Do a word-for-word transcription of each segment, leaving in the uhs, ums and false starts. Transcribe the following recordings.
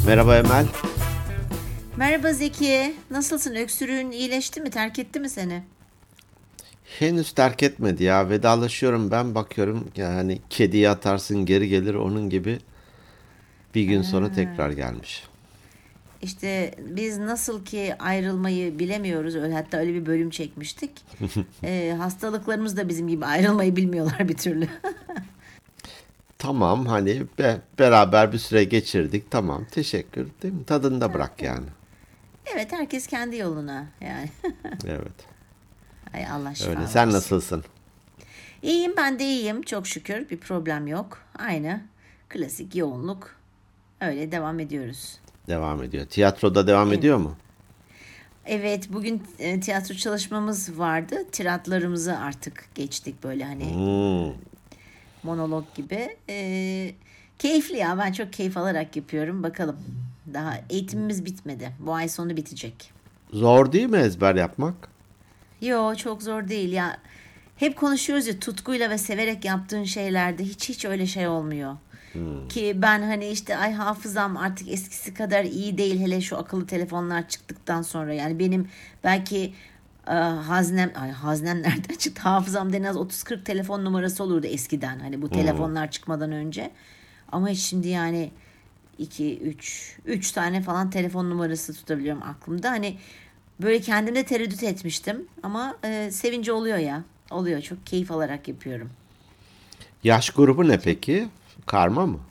Merhaba Emel. Merhaba Zeki. Nasılsın? Öksürüğün iyileşti mi? Terk etti mi seni? Henüz terk etmedi ya. Vedalaşıyorum ben bakıyorum yani kediye atarsın geri gelir onun gibi bir gün sonra tekrar gelmiş. İşte biz nasıl ki ayrılmayı bilemiyoruz. Öyle, hatta öyle bir bölüm çekmiştik. Ee, hastalıklarımız da bizim gibi ayrılmayı bilmiyorlar bir türlü. Tamam hani be- beraber bir süre geçirdik tamam teşekkür değil mi? Tadında bırak yani. Evet, herkes kendi yoluna yani. Evet Ay, Allah öyle. şifa Sen versin. nasılsın? İyiyim, ben de iyiyim çok şükür. Bir problem yok. Aynı klasik yoğunluk. Öyle devam ediyoruz. Devam ediyor. Tiyatroda devam Evet. ediyor mu? Evet, bugün e, tiyatro çalışmamız vardı. Tiratlarımızı artık geçtik, böyle hani Hmm. monolog gibi. Ee, keyifli ya, ben çok keyif alarak yapıyorum. Bakalım, daha eğitimimiz bitmedi. Bu ay sonu bitecek. Zor değil mi ezber yapmak? Yo, çok zor değil ya. Hep konuşuyoruz ya, tutkuyla ve severek yaptığın şeylerde hiç hiç öyle şey olmuyor. Ki ben hani işte ay hafızam artık eskisi kadar iyi değil, hele şu akıllı telefonlar çıktıktan sonra. Yani benim belki e, haznem ay haznem nereden çıktı, hafızamda en az otuz kırk telefon numarası olurdu eskiden, hani bu telefonlar çıkmadan önce. Ama hiç şimdi yani iki üç üç tane falan telefon numarası tutabiliyorum aklımda. Hani böyle kendimde tereddüt etmiştim ama e, sevince oluyor ya. Oluyor, çok keyif alarak yapıyorum. Yaş grubu ne peki? Karma mı?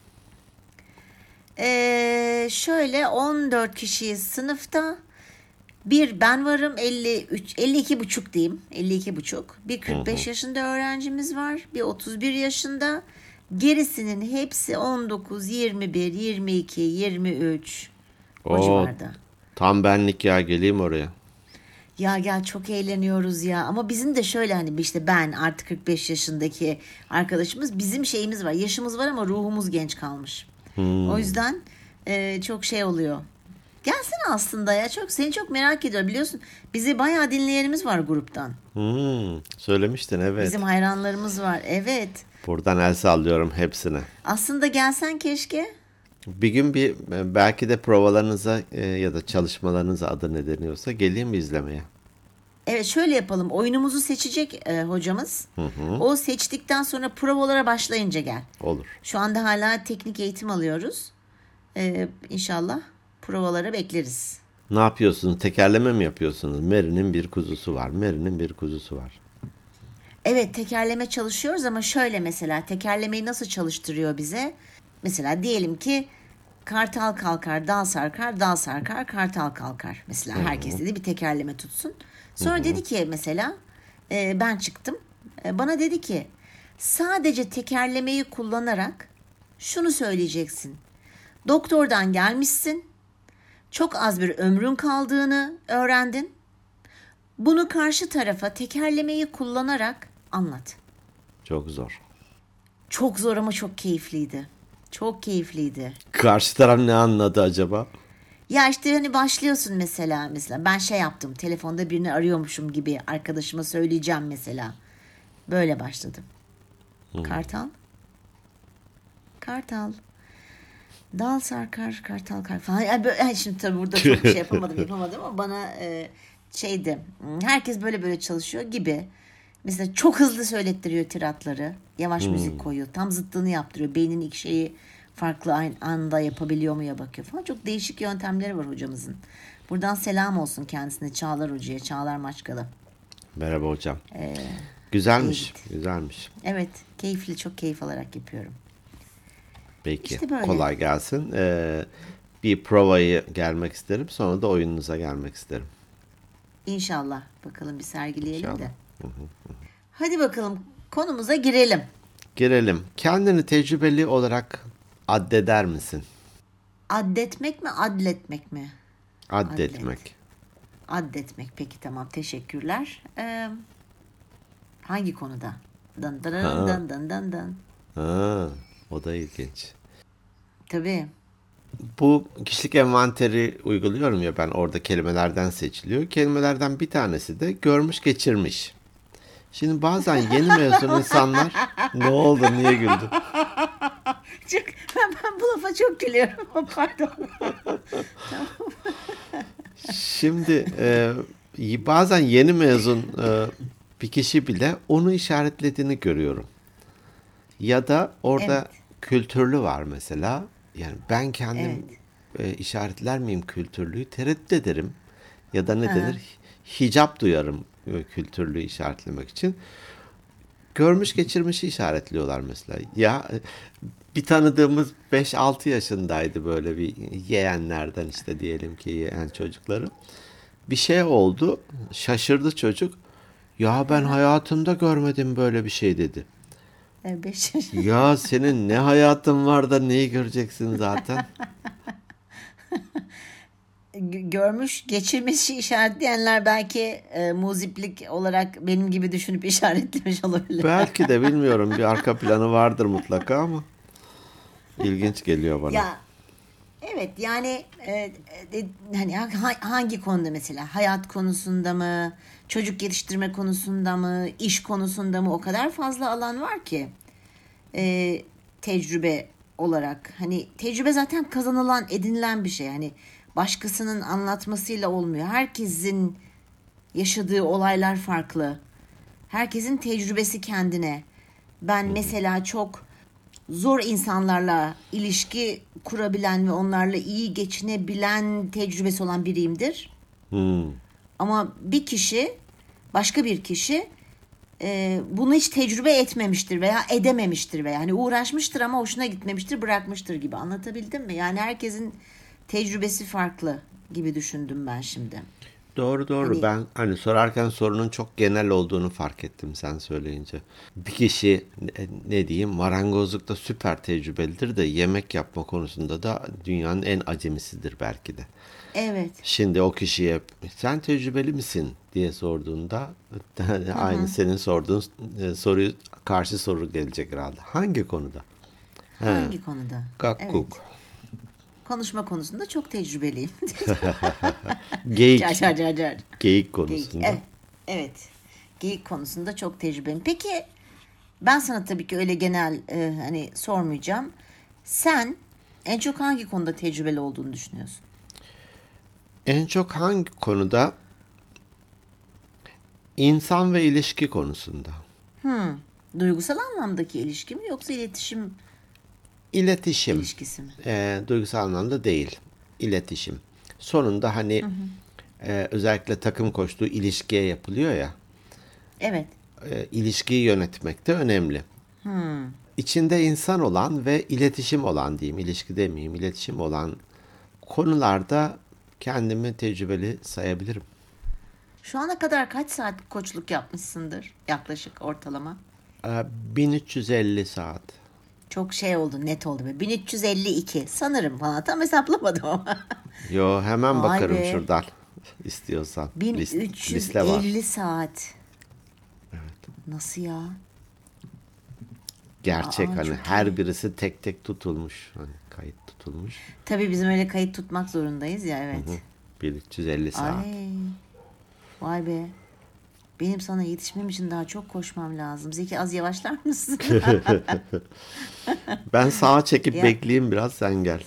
Ee, şöyle on dört kişiyiz sınıfta. Bir ben varım, elli üç elli iki buçuk diyeyim. elli iki buçuk. Bir kırk beş yaşında öğrencimiz var. Bir otuz bir yaşında. Gerisinin hepsi on dokuz, yirmi bir, yirmi iki, yirmi üç, o O civarda. tam benlik ya geleyim oraya. Ya gel, çok eğleniyoruz ya. Ama bizim de şöyle, hani işte ben artık kırk beş yaşındaki arkadaşımız, bizim şeyimiz var. Yaşımız var ama ruhumuz genç kalmış. O yüzden e, çok şey oluyor. Gelsene aslında ya. Çok seni çok merak ediyorum. Biliyorsun, bizi bayağı dinleyenimiz var gruptan. Hmm, söylemiştin evet. Bizim hayranlarımız var. Evet. Buradan el sallıyorum hepsine. Aslında gelsen keşke. Bir gün bir belki de provalarınıza e, ya da çalışmalarınıza adı ne deniyorsa geleyim mi izlemeye? Evet, şöyle yapalım. Oyunumuzu seçecek e, hocamız. O seçtikten sonra provalara başlayınca gel. Olur. Şu anda hala teknik eğitim alıyoruz. Ee, inşallah provalara bekleriz. Ne yapıyorsunuz? Tekerleme mi yapıyorsunuz? Mary'nin bir kuzusu var. Mary'nin bir kuzusu var. Evet, tekerleme çalışıyoruz ama şöyle, mesela tekerlemeyi nasıl çalıştırıyor bize? Mesela diyelim ki kartal kalkar, dal sarkar, dal sarkar, kartal kalkar. Mesela herkes dedi bir tekerleme tutsun. Sonra dedi ki mesela e, ben çıktım. E, bana dedi ki sadece tekerlemeyi kullanarak şunu söyleyeceksin. Doktordan gelmişsin. Çok az bir ömrün kaldığını öğrendin. Bunu karşı tarafa tekerlemeyi kullanarak anlat. Çok zor. Çok zor ama çok keyifliydi. Çok keyifliydi. Karşı taraf ne anladı acaba? Ya işte hani başlıyorsun mesela mesela ben şey yaptım, telefonda birini arıyormuşum gibi arkadaşıma söyleyeceğim mesela. Böyle başladım. Kartal. Kartal. Dal sarkar, kartal kar falan. Yani böyle, yani şimdi tabii burada çok şey yapamadım yapamadım ama bana e, şeydi. Herkes böyle böyle çalışıyor gibi. Mesela çok hızlı söylettiriyor tiratları. Yavaş müzik koyuyor. Tam zıttını yaptırıyor. Beynin ilk şeyi farklı aynı anda yapabiliyor mu ya bakıyor falan. Çok değişik yöntemleri var hocamızın. Buradan selam olsun kendisine, Çağlar Hoca'ya, Çağlar Maçkalı. Merhaba hocam. Ee, Güzelmiş. evet. Güzelmiş. Evet, keyifli, çok keyif alarak yapıyorum. Peki. İşte böyle. Kolay gelsin. Ee, bir provayı gelmek isterim. Sonra da oyununuza gelmek isterim. İnşallah. Bakalım bir sergileyelim İnşallah. de. Hadi bakalım konumuza girelim. Girelim. Kendini tecrübeli olarak addeder misin? Addetmek mi, adletmek mi? Addetmek. Addetmek. Peki, tamam, teşekkürler. Ee, hangi konuda? Dın dın Ha. dın dın dın dın. Ha, o da ilginç. Tabii. Bu kişilik envanteri uyguluyorum ya ben, orada kelimelerden seçiliyor. Kelimelerden bir tanesi de görmüş geçirmiş. Şimdi bazen yeni mezun insanlar ne oldu, niye güldün? Çık. Ben, ben bu lafa çok gülüyorum. Pardon. Şimdi e, bazen yeni mezun e, bir kişi bile onu işaretlediğini görüyorum. Ya da Evet. orada kültürlü var mesela. Yani ben kendim Evet. e, işaretler miyim kültürlüyü? Tereddüt ederim. Ya da ne Ha. denir? Hicap duyarım e, kültürlüğü işaretlemek için. Görmüş geçirmişi işaretliyorlar mesela. Ya e, bir tanıdığımız beş altı yaşındaydı, böyle bir yeğenlerden, işte diyelim ki yeğen çocukları. Bir şey oldu. Şaşırdı çocuk. Ya ben hayatımda görmedim böyle bir şey dedi. Evet, beş yaş. Ya senin ne hayatın var da neyi göreceksin zaten? G- görmüş, geçirmişi işaretleyenler belki e, muziplik olarak benim gibi düşünüp işaretlemiş olabilir. Belki de, bilmiyorum, bir arka planı vardır mutlaka ama ilginç geliyor bana. Ya evet, yani e, e, hani ha- hangi konuda, mesela hayat konusunda mı, çocuk yetiştirme konusunda mı, iş konusunda mı, o kadar fazla alan var ki e, tecrübe olarak. Hani tecrübe zaten kazanılan, edinilen bir şey. Hani başkasının anlatmasıyla olmuyor. Herkesin yaşadığı olaylar farklı. Herkesin tecrübesi kendine. Ben mesela çok zor insanlarla ilişki kurabilen ve onlarla iyi geçinebilen tecrübesi olan biriyimdir. Hmm. Ama bir kişi, başka bir kişi e, bunu hiç tecrübe etmemiştir veya edememiştir veya hani uğraşmıştır ama hoşuna gitmemiştir, bırakmıştır gibi. Anlatabildim mi? Yani herkesin tecrübesi farklı gibi düşündüm ben şimdi. Doğru doğru. Hani Ben hani sorarken sorunun çok genel olduğunu fark ettim sen söyleyince. Bir kişi ne, ne diyeyim, marangozlukta süper tecrübelidir de yemek yapma konusunda da dünyanın en acemisidir belki de. evet. Şimdi o kişiye sen tecrübeli misin diye sorduğunda aynı senin sorduğun e, soruyu, karşı soru gelecek herhalde. Hangi konuda? He, Hangi konuda? Evet. kakkuk. Konuşma konusunda çok tecrübeliyim. Car Geyik. car car car. Geyik Geyik. konusunda. Evet. Evet. Geyik konusunda çok tecrübeliyim. Peki ben sana tabii ki öyle genel e, hani sormayacağım. Sen en çok hangi konuda tecrübeli olduğunu düşünüyorsun? En çok hangi konuda? İnsan ve ilişki konusunda. Duygusal anlamdaki ilişki mi yoksa iletişim İletişim. ilişkisi mi? E, duygusal anlamda değil. İletişim. Sonunda hani e, özellikle takım koştuğu ilişkiye yapılıyor ya. Evet. E, ilişkiyi yönetmek de önemli. İçinde insan olan ve iletişim olan diyeyim, ilişki demeyeyim, iletişim olan konularda kendimi tecrübeli sayabilirim. Şu ana kadar kaç saat koçluk yapmışsındır yaklaşık ortalama? E, bin üç yüz elli saat. Çok şey oldu, net oldu be. bin üç yüz elli iki sanırım falan, tam hesaplamadım ama. Yo, hemen Vay bakarım be. şuradan istiyorsan. List, liste var. bin üç yüz elli saat. Nasıl ya? Gerçek, Aa, hani çok her iyi. birisi tek tek tutulmuş. Hani kayıt tutulmuş. Tabii bizim öyle kayıt tutmak zorundayız ya, evet. bin üç yüz elli saat. Ay, vay be. Benim sana yetişmem için daha çok koşmam lazım. Zeki, az yavaşlar mısın? Ben sağa çekip Ya, bekleyeyim biraz, sen gel.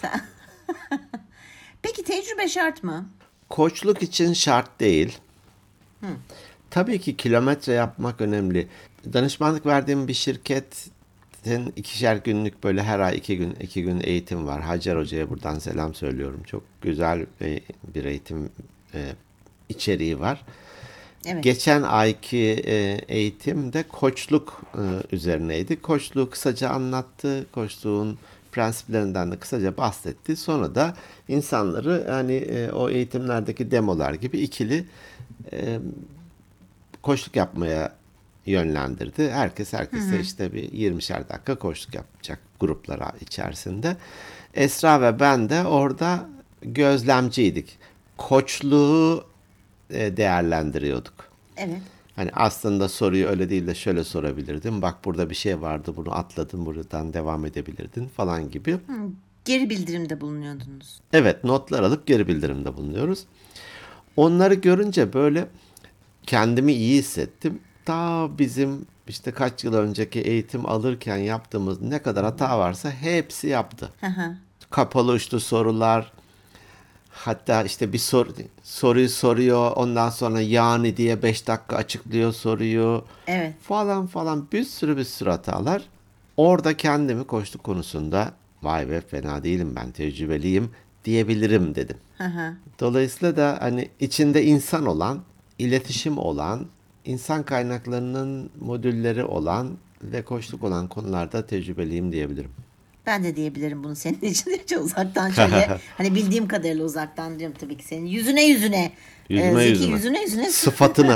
peki tecrübe şart mı? Koçluk için şart değil. Tabii ki kilometre yapmak önemli. Danışmanlık verdiğim bir şirketin ikişer günlük, böyle her ay iki gün iki gün eğitim var. Hacer Hoca'ya buradan selam söylüyorum. Çok güzel bir, bir eğitim e, içeriği var. Evet. Geçen ayki e, eğitim de koçluk e, üzerineydi. Koçluğu kısaca anlattı. Koçluğun prensiplerinden de kısaca bahsetti. Sonra da insanları hani e, o eğitimlerdeki demolar gibi ikili e, koçluk yapmaya yönlendirdi. Herkes herkese işte bir yirmişer dakika koçluk yapacak gruplara içerisinde. Esra ve ben de orada gözlemciydik. Koçluğu e, değerlendiriyorduk. Evet. Hani aslında soruyu öyle değil de şöyle sorabilirdin. Bak burada bir şey vardı, bunu atladın, buradan devam edebilirdin falan gibi. Geri bildirimde bulunuyordunuz. Evet, notlar alıp geri bildirimde bulunuyoruz. Onları görünce böyle kendimi iyi hissettim. ta bizim işte kaç yıl önceki eğitim alırken yaptığımız ne kadar hata varsa hepsi yaptı. Hı hı. Kapalı uçlu sorular, hatta işte bir soru, soruyu soruyor, ondan sonra yani diye beş dakika açıklıyor soruyu Evet. falan falan, bir sürü bir sürü hatalar. Orada kendimi koçluk konusunda vay be fena değilim, ben tecrübeliyim diyebilirim dedim. Hı hı. Dolayısıyla da hani içinde insan olan, iletişim olan, insan kaynaklarının modülleri olan ve koçluk olan konularda tecrübeliyim diyebilirim. Ben de diyebilirim bunu senin için. Hiç uzaktan şöyle hani bildiğim kadarıyla uzaktan diyorum tabii ki senin yüzüne yüzüne e, Yüzüme Zeki yüzüme. yüzüne yüzüne Sıfatına.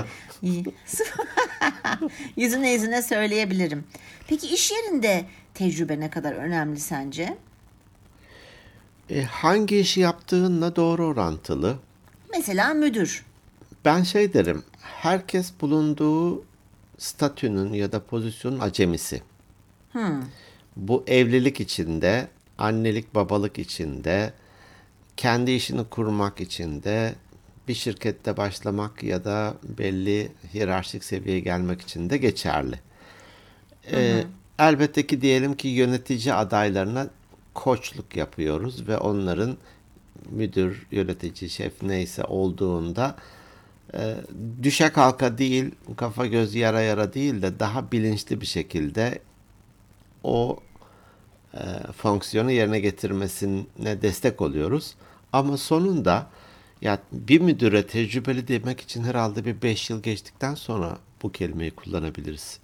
yüzüne yüzüne söyleyebilirim. Peki iş yerinde tecrübe ne kadar önemli sence? E, hangi işi yaptığınla doğru orantılı. Mesela müdür. Ben şey derim, herkes bulunduğu statünün ya da pozisyonun acemisi. Bu evlilik içinde, annelik babalık içinde, kendi işini kurmak içinde, bir şirkette başlamak ya da belli hiyerarşik seviyeye gelmek için de geçerli. Ee, elbette ki diyelim ki yönetici adaylarına koçluk yapıyoruz ve onların müdür, yönetici, şef neyse olduğunda e, düşe kalka değil, kafa göz yara yara değil de daha bilinçli bir şekilde o e, fonksiyonu yerine getirmesine destek oluyoruz. Ama sonunda ya bir müdüre tecrübeli demek için herhalde bir beş yıl geçtikten sonra bu kelimeyi kullanabiliriz.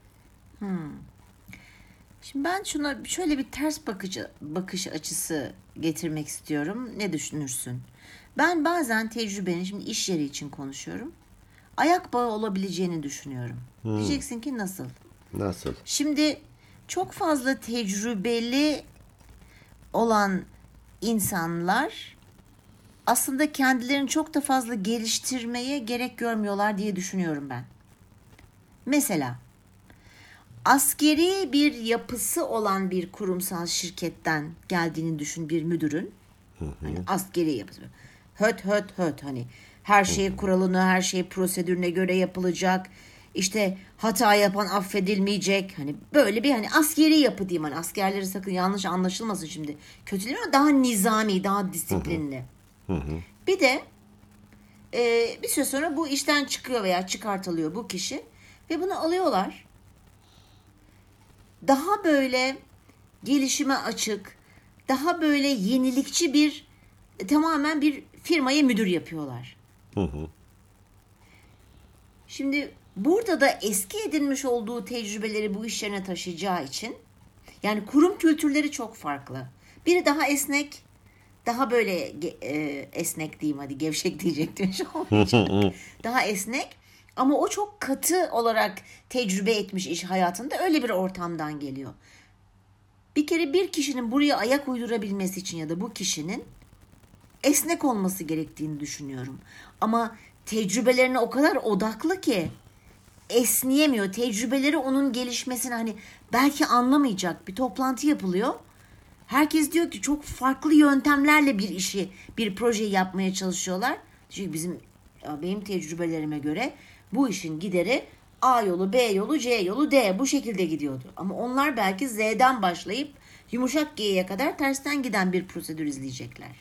Şimdi ben şuna şöyle bir ters bakış, bakış açısı getirmek istiyorum. Ne düşünürsün? Ben bazen tecrübenin, şimdi iş yeri için konuşuyorum, ayak bağı olabileceğini düşünüyorum. Diyeceksin ki nasıl? Nasıl? Şimdi çok fazla tecrübeli olan insanlar aslında kendilerini çok da fazla geliştirmeye gerek görmüyorlar diye düşünüyorum ben. Mesela askeri bir yapısı olan bir kurumsal şirketten geldiğini düşün bir müdürün. Hani askeri yapısı. Höt höt höt hani her şey kuralına, her şey prosedürüne göre yapılacak. İşte hata yapan affedilmeyecek. Hani böyle bir hani askeri yapı diyeyim, hani askerleri sakın yanlış anlaşılmasın şimdi. Kötülüğü ama daha nizami, daha disiplinli. Bir de e, bir süre sonra bu işten çıkıyor veya çıkartılıyor bu kişi ve bunu alıyorlar. Daha böyle gelişime açık, daha böyle yenilikçi bir tamamen bir firmaya müdür yapıyorlar. Şimdi burada da eski edinmiş olduğu tecrübeleri bu iş yerine taşıyacağı için, yani kurum kültürleri çok farklı. Biri daha esnek, daha böyle e, esnek diyeyim, hadi gevşek diyecektim şu olmayacak. Daha esnek ama o çok katı olarak tecrübe etmiş iş hayatında, öyle bir ortamdan geliyor. Bir kere bir kişinin buraya ayak uydurabilmesi için ya da bu kişinin esnek olması gerektiğini düşünüyorum. Ama tecrübelerine o kadar odaklı ki esneyemiyor. Tecrübeleri onun gelişmesini, hani belki anlamayacak, bir toplantı yapılıyor. Herkes diyor ki çok farklı yöntemlerle bir işi, bir projeyi yapmaya çalışıyorlar. Çünkü bizim, benim tecrübelerime göre bu işin gideri A yolu, B yolu, C yolu, D, bu şekilde gidiyordu. Ama onlar belki Z'den başlayıp yumuşak G'ye kadar tersten giden bir prosedür izleyecekler.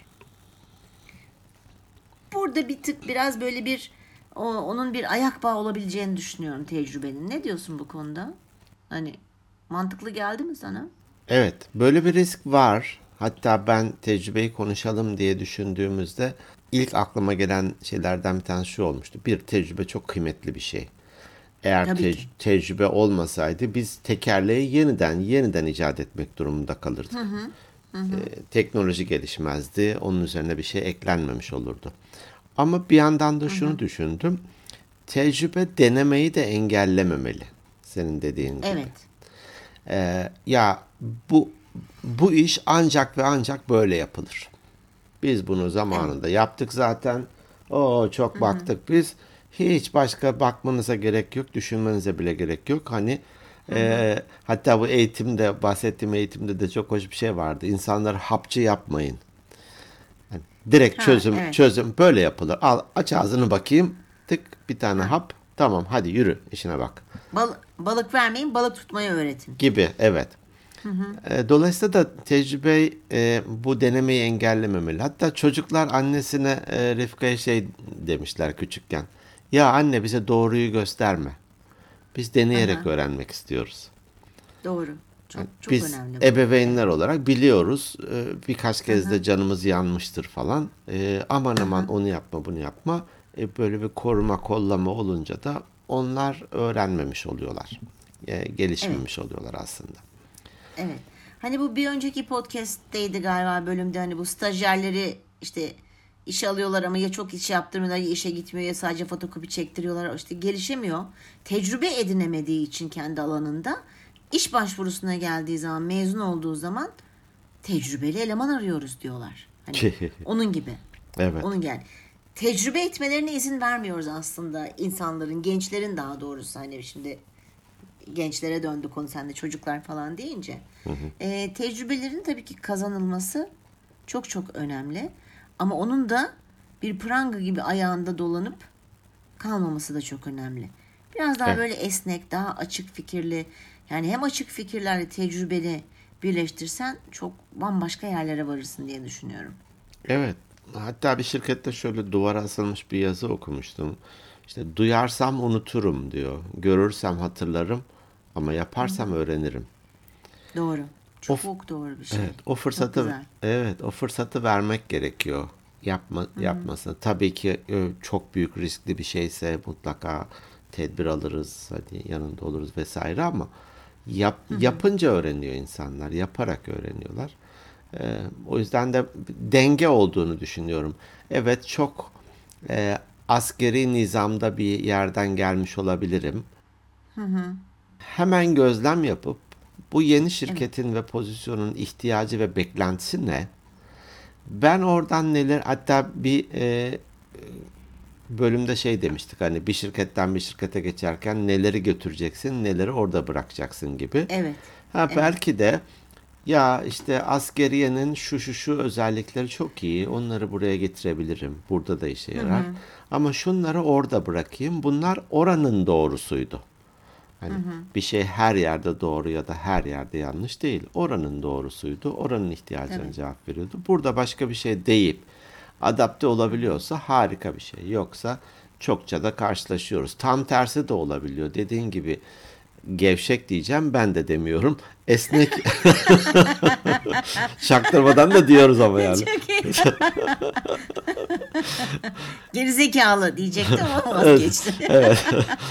Burada bir tık biraz böyle bir o, onun bir ayak bağı olabileceğini düşünüyorum tecrübenin. Ne diyorsun bu konuda? Hani mantıklı geldi mi sana? Evet, böyle bir risk var. Hatta ben tecrübeyi konuşalım diye düşündüğümüzde ilk aklıma gelen şeylerden bir tanesi şu olmuştu. Bir, tecrübe çok kıymetli bir şey. Eğer Tabii te- ki. tecrübe olmasaydı biz tekerleği yeniden yeniden icat etmek durumunda kalırdık. Ee, teknoloji gelişmezdi. Onun üzerine bir şey eklenmemiş olurdu. Ama bir yandan da şunu düşündüm. Tecrübe denemeyi de engellememeli. Senin dediğin gibi. Evet. Ee, ya bu bu iş ancak ve ancak böyle yapılır. Biz bunu zamanında yaptık zaten. O çok baktık biz. Hiç başka bakmanıza gerek yok, düşünmenize bile gerek yok. Hani e, hatta bu eğitimde, bahsettiğim eğitimde de çok hoş bir şey vardı. İnsanları hapçı yapmayın. Direkt Ha, çözüm evet. çözüm böyle yapılır. Al, aç ağzını bakayım. Tık bir tane hap Tamam hadi yürü işine bak. Bal- balık vermeyin, balık tutmayı öğretin. Gibi evet. E, Dolayısıyla da tecrübe e, bu denemeyi engellememeli. Hatta çocuklar annesine e, Rifka'ya şey demişler küçükken. Ya anne bize doğruyu gösterme. Biz deneyerek Aha. öğrenmek istiyoruz. Doğru. Çok çok Biz önemli bu. ebeveynler olarak biliyoruz. e, Birkaç kez Aha. de canımız yanmıştır falan. E, aman aman Aha. onu yapma bunu yapma. E, böyle bir koruma kollama olunca da onlar öğrenmemiş oluyorlar. E, Evet. gelişmemiş oluyorlar aslında. Evet. Hani bu bir önceki podcast'teydi galiba bölümde, hani bu stajyerleri işte işe alıyorlar ama ya çok iş yaptırmıyorlar ya işe gitmiyor ya sadece fotokopi çektiriyorlar, işte gelişemiyor. Tecrübe edinemediği için kendi alanında iş başvurusuna geldiği zaman, mezun olduğu zaman tecrübeli eleman arıyoruz diyorlar. Hani onun gibi. Evet. Onun yani tecrübe etmelerine izin vermiyoruz aslında insanların, gençlerin daha doğrusu. Hani şimdi gençlere döndü konu, sen de çocuklar falan deyince. Ee, tecrübelerin tabii ki kazanılması çok çok önemli. Ama onun da bir pranga gibi ayağında dolanıp kalmaması da çok önemli. Biraz daha Evet. böyle esnek, daha açık fikirli, yani hem açık fikirlerle tecrübeli birleştirsen çok bambaşka yerlere varırsın diye düşünüyorum. Evet. Hatta bir şirkette şöyle duvara asılmış bir yazı okumuştum. İşte duyarsam unuturum diyor. Görürsem hatırlarım ama yaparsam öğrenirim. Doğru. O, f- Çok doğru bir şey. evet, o Çok fırsatı güzel. evet, o fırsatı vermek gerekiyor. Yapma yapmasına. Tabii ki e, çok büyük riskli bir şeyse mutlaka tedbir alırız, hadi yanında oluruz vesaire ama yap, yapınca öğreniyor insanlar, yaparak öğreniyorlar. Ee, o yüzden de denge olduğunu düşünüyorum. Evet çok e, askeri nizamda bir yerden gelmiş olabilirim. Hemen gözlem yapıp bu yeni Evet. şirketin ve pozisyonun ihtiyacı ve beklentisi ne? Ben oradan neler, hatta bir e, bölümde şey demiştik, hani bir şirketten bir şirkete geçerken neleri götüreceksin, neleri orada bırakacaksın gibi. Evet. Ha Evet. belki de ya işte askeriyenin şu şu şu özellikleri çok iyi. Onları buraya getirebilirim. Burada da işe yarar. Ama şunları orada bırakayım. Bunlar oranın doğrusuydu. Hani bir şey her yerde doğru ya da her yerde yanlış değil. Oranın doğrusuydu. Oranın ihtiyacına Tabii. cevap veriyordu. Burada başka bir şey deyip adapte olabiliyorsa harika bir şey. Yoksa çokça da karşılaşıyoruz. Tam tersi de olabiliyor. Dediğin gibi gevşek diyeceğim, ben de demiyorum. Esnek çaktırmadan da diyoruz ama yani. Çok iyi. Gerizekalı diyecektim ama Evet, vazgeçtim. evet.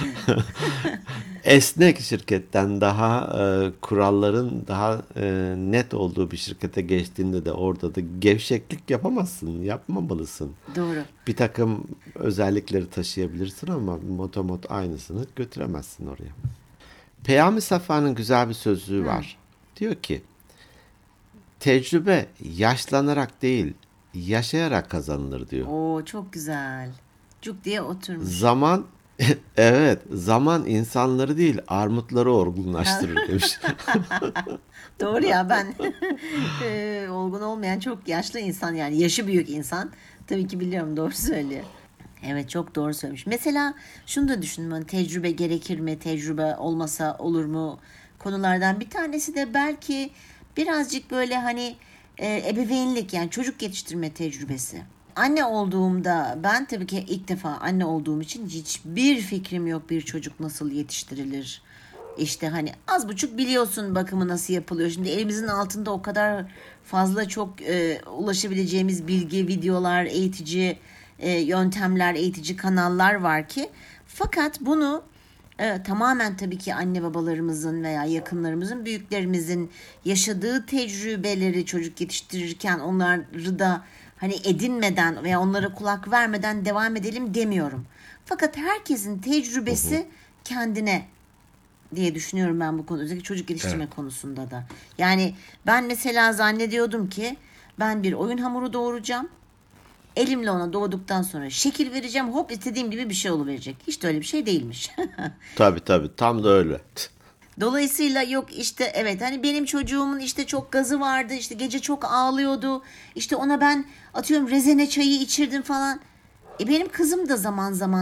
Esnek şirketten daha e, kuralların daha e, net olduğu bir şirkete geçtiğinde de orada da gevşeklik yapamazsın, yapmamalısın. Doğru. Bir takım özellikleri taşıyabilirsin ama motomot aynısını götüremezsin oraya. Peyami Safa'nın güzel bir sözlüğü var. Diyor ki, tecrübe yaşlanarak değil, yaşayarak kazanılır diyor. Oo, çok güzel. Cuk diye oturmuş. Zaman, evet, zaman insanları değil, armutları olgunlaştırır demiş. Doğru ya, ben e, olgun olmayan çok yaşlı insan, yani yaşı büyük insan tabii ki biliyorum, doğru söylüyor. Evet, çok doğru söylemiş. Mesela şunu da düşündüm, hani tecrübe gerekir mi, tecrübe olmasa olur mu konulardan bir tanesi de belki birazcık böyle hani e, ebeveynlik, yani çocuk yetiştirme tecrübesi. Anne olduğumda, ben tabii ki ilk defa anne olduğum için hiçbir fikrim yok bir çocuk nasıl yetiştirilir. İşte hani az buçuk biliyorsun bakımı nasıl yapılıyor. Şimdi elimizin altında o kadar fazla çok e, ulaşabileceğimiz bilgi, videolar, eğitici e, yöntemler, eğitici kanallar var ki. Fakat bunu e, tamamen tabii ki anne babalarımızın veya yakınlarımızın, büyüklerimizin yaşadığı tecrübeleri çocuk yetiştirirken onları da hani edinmeden veya onlara kulak vermeden devam edelim demiyorum. Fakat herkesin tecrübesi kendine diye düşünüyorum ben bu konu. Özellikle çocuk geliştirme Evet. konusunda da. Yani ben mesela zannediyordum ki ben bir oyun hamuru doğuracağım. Elimle ona doğduktan sonra şekil vereceğim. Hop, istediğim gibi bir şey oluverecek. Hiç de öyle bir şey değilmiş. Tabii tabii, tam da öyle. Dolayısıyla yok işte, evet hani benim çocuğumun işte çok gazı vardı. İşte gece çok ağlıyordu. İşte ona ben atıyorum rezene çayı içirdim falan. E benim kızım da zaman zaman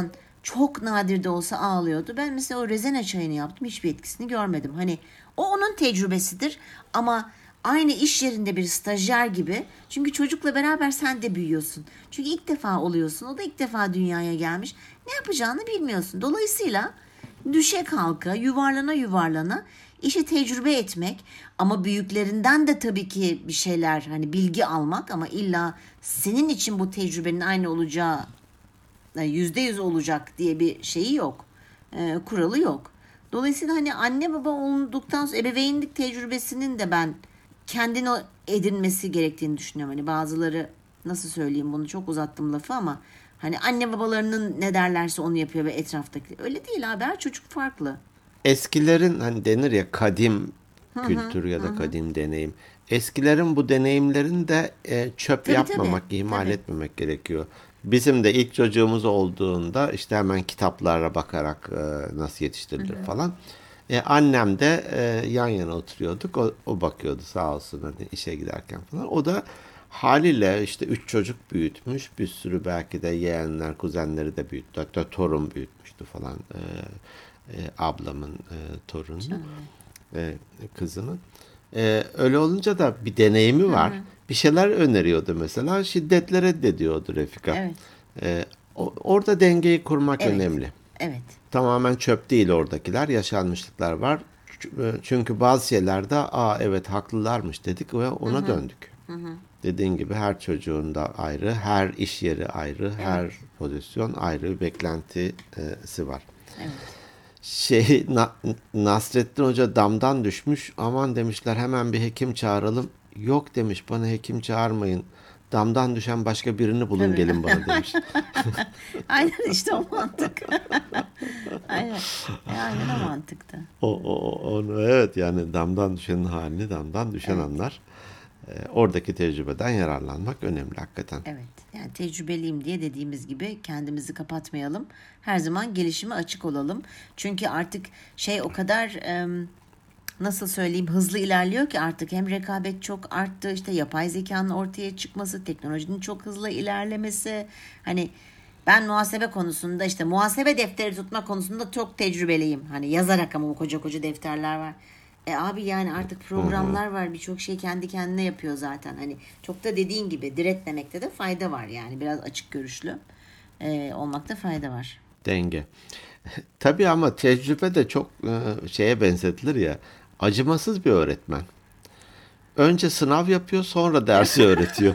çok nadir de olsa ağlıyordu. Ben mesela o rezene çayını yaptım. Hiçbir etkisini görmedim. Hani o onun tecrübesidir ama aynı iş yerinde bir stajyer gibi. Çünkü çocukla beraber sen de büyüyorsun. Çünkü ilk defa oluyorsun. O da ilk defa dünyaya gelmiş. Ne yapacağını bilmiyorsun. Dolayısıyla düşe kalka, yuvarlana yuvarlana işi tecrübe etmek ama büyüklerinden de tabii ki bir şeyler hani bilgi almak ama illa senin için bu tecrübenin aynı olacağı yüzde yüz olacak diye bir şeyi yok. E, kuralı yok. Dolayısıyla hani anne baba olduktan sonra ebeveynlik tecrübesinin de ben kendini edinmesi gerektiğini düşünüyorum. Hani bazıları nasıl söyleyeyim bunu çok uzattım lafı ama hani anne babalarının ne derlerse onu yapıyor ve etraftaki. Öyle değil abi her çocuk farklı. Eskilerin hani denir ya kadim kültür ya da kadim deneyim. Eskilerin bu deneyimlerini de e, çöp Tabii yapmamak, tabii. ihmal Tabii. etmemek gerekiyor. Bizim de ilk çocuğumuz olduğunda işte hemen kitaplara bakarak e, nasıl yetiştirilir falan. E, annem de e, yan yana oturuyorduk. O, o bakıyordu sağ olsun hani işe giderken falan. O da haliyle işte üç çocuk büyütmüş. Bir sürü belki de yeğenler, kuzenleri de büyüttü. Hatta torun büyütmüştü falan. E, e, ablamın e, torunu, e, kızını. E, öyle olunca da bir deneyimi var. Bir şeyler öneriyordu mesela. Şiddetle reddediyordu Refika. Evet. E, o- orada dengeyi kurmak Evet. önemli. Evet. Tamamen çöp değil oradakiler. Yaşanmışlıklar var. Ç- e, Çünkü bazı şeylerde aa evet haklılarmış dedik ve ona döndük. Dediğin gibi her çocuğun da ayrı, her iş yeri ayrı, her pozisyon ayrı bir beklentisi var. Evet. Şey Na- Nasrettin Hoca damdan düşmüş. Aman demişler hemen bir hekim çağıralım. Yok demiş bana hekim çağırmayın. Damdan düşen başka birini bulun Tabii. gelin bana demiş. Aynen işte o mantık. Aynen. E, aynen o mantıkta. O, o, onu evet yani damdan düşenin halini damdan düşen Evet. anlar. Ee, oradaki tecrübeden yararlanmak önemli hakikaten. Evet. Yani tecrübeliyim diye dediğimiz gibi kendimizi kapatmayalım. Her zaman gelişime açık olalım. Çünkü artık şey o kadar em, nasıl söyleyeyim hızlı ilerliyor ki artık hem rekabet çok arttı işte yapay zekanın ortaya çıkması, teknolojinin çok hızlı ilerlemesi. Hani ben muhasebe konusunda işte muhasebe defteri tutma konusunda çok tecrübeliyim. Hani yazarak ama o koca koca defterler var. E abi yani artık programlar var birçok şey kendi kendine yapıyor zaten. Hani çok da dediğin gibi diretmemekte de fayda var yani biraz açık görüşlü e, olmakta fayda var. Denge. Tabii ama tecrübe de çok e, şeye benzetilir ya. Acımasız bir öğretmen. Önce sınav yapıyor sonra dersi öğretiyor.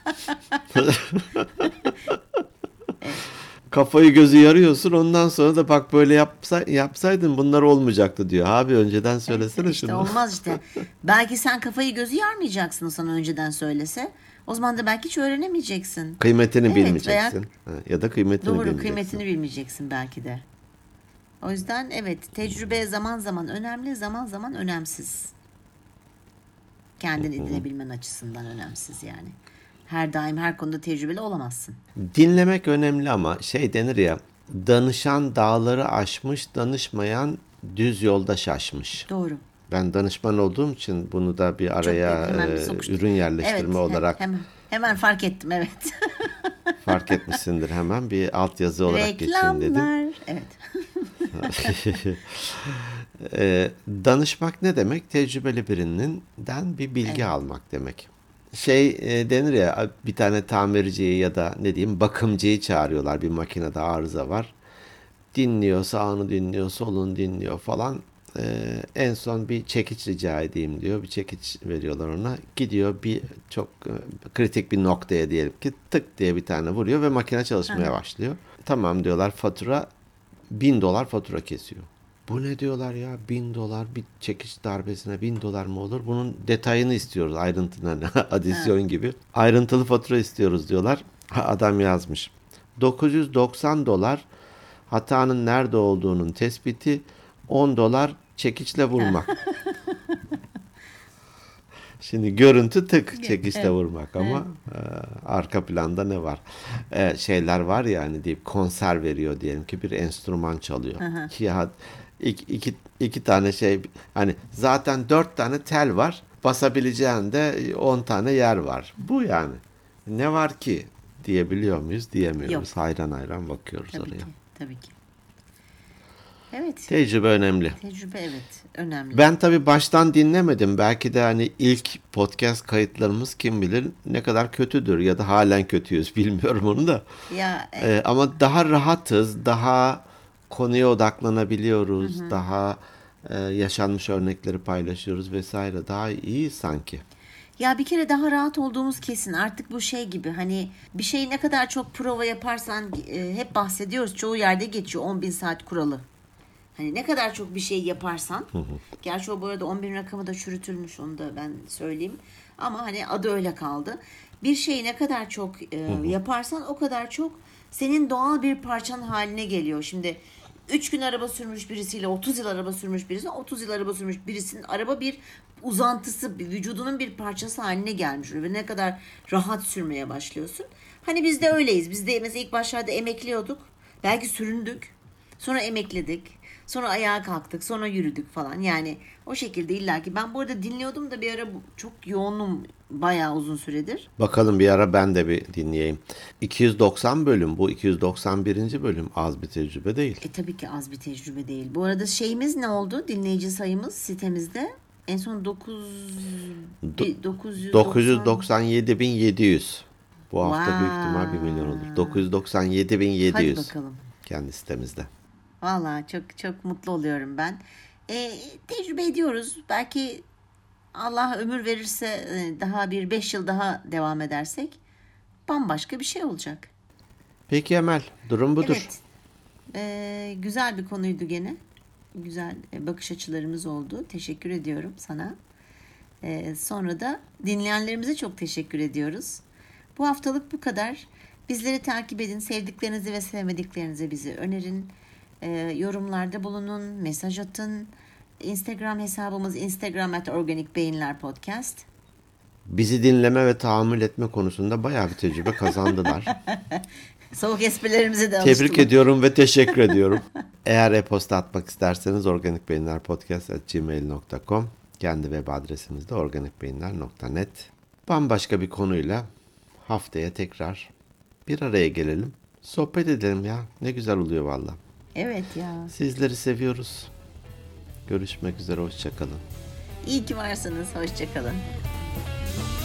Kafayı gözü yarıyorsun ondan sonra da bak böyle yapsa, yapsaydın bunlar olmayacaktı diyor. Abi önceden söylesene İşte şunu. olmaz işte. Belki sen kafayı gözü yarmayacaksın o sana önceden söylese. O zaman da belki hiç öğrenemeyeceksin. Kıymetini Evet veya bilmeyeceksin. Ha, ya da kıymetini doğru bilmeyeceksin. kıymetini bilmeyeceksin belki de. O yüzden evet tecrübe zaman zaman önemli zaman zaman önemsiz. Kendini edinebilmen açısından önemsiz yani. Her daim her konuda tecrübeli olamazsın. Dinlemek önemli ama şey denir ya danışan dağları aşmış, danışmayan düz yolda şaşmış. Doğru. Ben danışman olduğum için bunu da bir araya Çok hemen e, sokuştum. ürün yerleştirme Evet, he- olarak hemen hemen fark ettim evet. fark etmişsindir hemen bir altyazı olarak geçeyim dedim. Reklamlar. Evet. E, danışmak ne demek? Tecrübeli birinden bir bilgi Evet. almak demek. Şey e, denir ya bir tane tamirciyi ya da ne diyeyim bakımcıyı çağırıyorlar bir makinede arıza var. Dinliyor, sağını dinliyor, solunu dinliyor falan. Ee, en son bir çekiç rica edeyim diyor. Bir çekiç veriyorlar ona. Gidiyor bir çok e, kritik bir noktaya diyelim ki tık diye bir tane vuruyor ve makine çalışmaya başlıyor. Tamam diyorlar fatura bin dolar fatura kesiyor. Bu ne diyorlar ya bin dolar bir çekiç darbesine bin dolar mı olur? Bunun detayını istiyoruz ayrıntılarını adisyon gibi. Ayrıntılı fatura istiyoruz diyorlar. Ha, adam yazmış. dokuz yüz doksan dolar hatanın nerede olduğunun tespiti on dolar çekiçle vurmak. Şimdi görüntü tık çekiçle Evet. vurmak ama e, arka planda ne var? E, şeyler var ya hani deyip konser veriyor diyelim ki bir enstrüman çalıyor. Ya iki, iki, iki tane şey hani zaten dört tane tel var. Basabileceğin de on tane yer var. Bu yani. Ne var ki diyebiliyor muyuz? Yok. Diyemiyoruz. Hayran hayran bakıyoruz Tabii oraya. ki. Tabii ki. Evet. Tecrübe önemli. Tecrübe evet önemli. Ben tabii baştan dinlemedim. Belki de hani ilk podcast kayıtlarımız kim bilir ne kadar kötüdür ya da halen kötüyüz bilmiyorum onu da. Ya e, Ee, ama daha rahatız, daha konuya odaklanabiliyoruz, daha e, yaşanmış örnekleri paylaşıyoruz vesaire. Daha iyi sanki. ya bir kere daha rahat olduğumuz kesin. Artık bu şey gibi hani bir şeyi ne kadar çok prova yaparsan e, hep bahsediyoruz. Çoğu yerde geçiyor on bin saat kuralı. Hani ne kadar çok bir şey yaparsan. Gerçi o bu arada on bin rakamı da çürütülmüş, onu da ben söyleyeyim. Ama hani adı öyle kaldı. Bir şeyi ne kadar çok e, yaparsan o kadar çok senin doğal bir parçan haline geliyor. Şimdi üç gün araba sürmüş birisiyle otuz yıl araba sürmüş birisi, otuz yıl araba sürmüş birisinin araba bir uzantısı, bir vücudunun bir parçası haline gelmiş ve ne kadar rahat sürmeye başlıyorsun. Hani biz de öyleyiz. Biz de mesela ilk başlarda emekliyorduk. Belki süründük. Sonra emekledik. Sonra ayağa kalktık. Sonra yürüdük falan. Yani o şekilde illaki. Ben bu arada dinliyordum da bir ara bu- çok yoğunum bayağı uzun süredir. Bakalım bir ara ben de bir dinleyeyim. iki yüz doksan bölüm, bu iki yüz doksan birinci bölüm, az bir tecrübe değil. E tabii ki az bir tecrübe değil. Bu arada şeyimiz ne oldu? Dinleyici sayımız sitemizde. En son dokuz bir- dokuz yüz doksan dokuz yüz doksan yedi bin yedi yüz. Bu hafta büyük ihtimal bir milyon olur. Vay. dokuz yüz doksan yedi bin yedi Hadi yüz bakalım. kendi sitemizde. Vallahi çok çok mutlu oluyorum ben. E, tecrübe ediyoruz. Belki Allah ömür verirse e, daha bir beş yıl daha devam edersek bambaşka bir şey olacak. Peki Emel, durum budur. Evet. E, güzel bir konuydu gene. Güzel e, bakış açılarımız oldu. Teşekkür ediyorum sana. E, sonra da dinleyenlerimize çok teşekkür ediyoruz. Bu haftalık bu kadar. Bizleri takip edin. Sevdiklerinizi ve sevmediklerinizi bize önerin. E, yorumlarda bulunun. Mesaj atın. Instagram hesabımız Instagram at Organik Beyinler Podcast. Bizi dinleme ve tahammül etme konusunda bayağı bir tecrübe kazandılar. Soğuk esprilerimize de Tebrik alıştılar. ediyorum ve teşekkür ediyorum. Eğer e-posta atmak isterseniz organikbeyinlerpodcast at gmail nokta com, kendi web adresimiz de organikbeyinler nokta net. Bambaşka bir konuyla haftaya tekrar bir araya gelelim. Sohbet edelim ya. Ne güzel oluyor valla. Evet ya. Sizleri seviyoruz. Görüşmek üzere. Hoşça kalın. İyi ki varsınız. Hoşça kalın.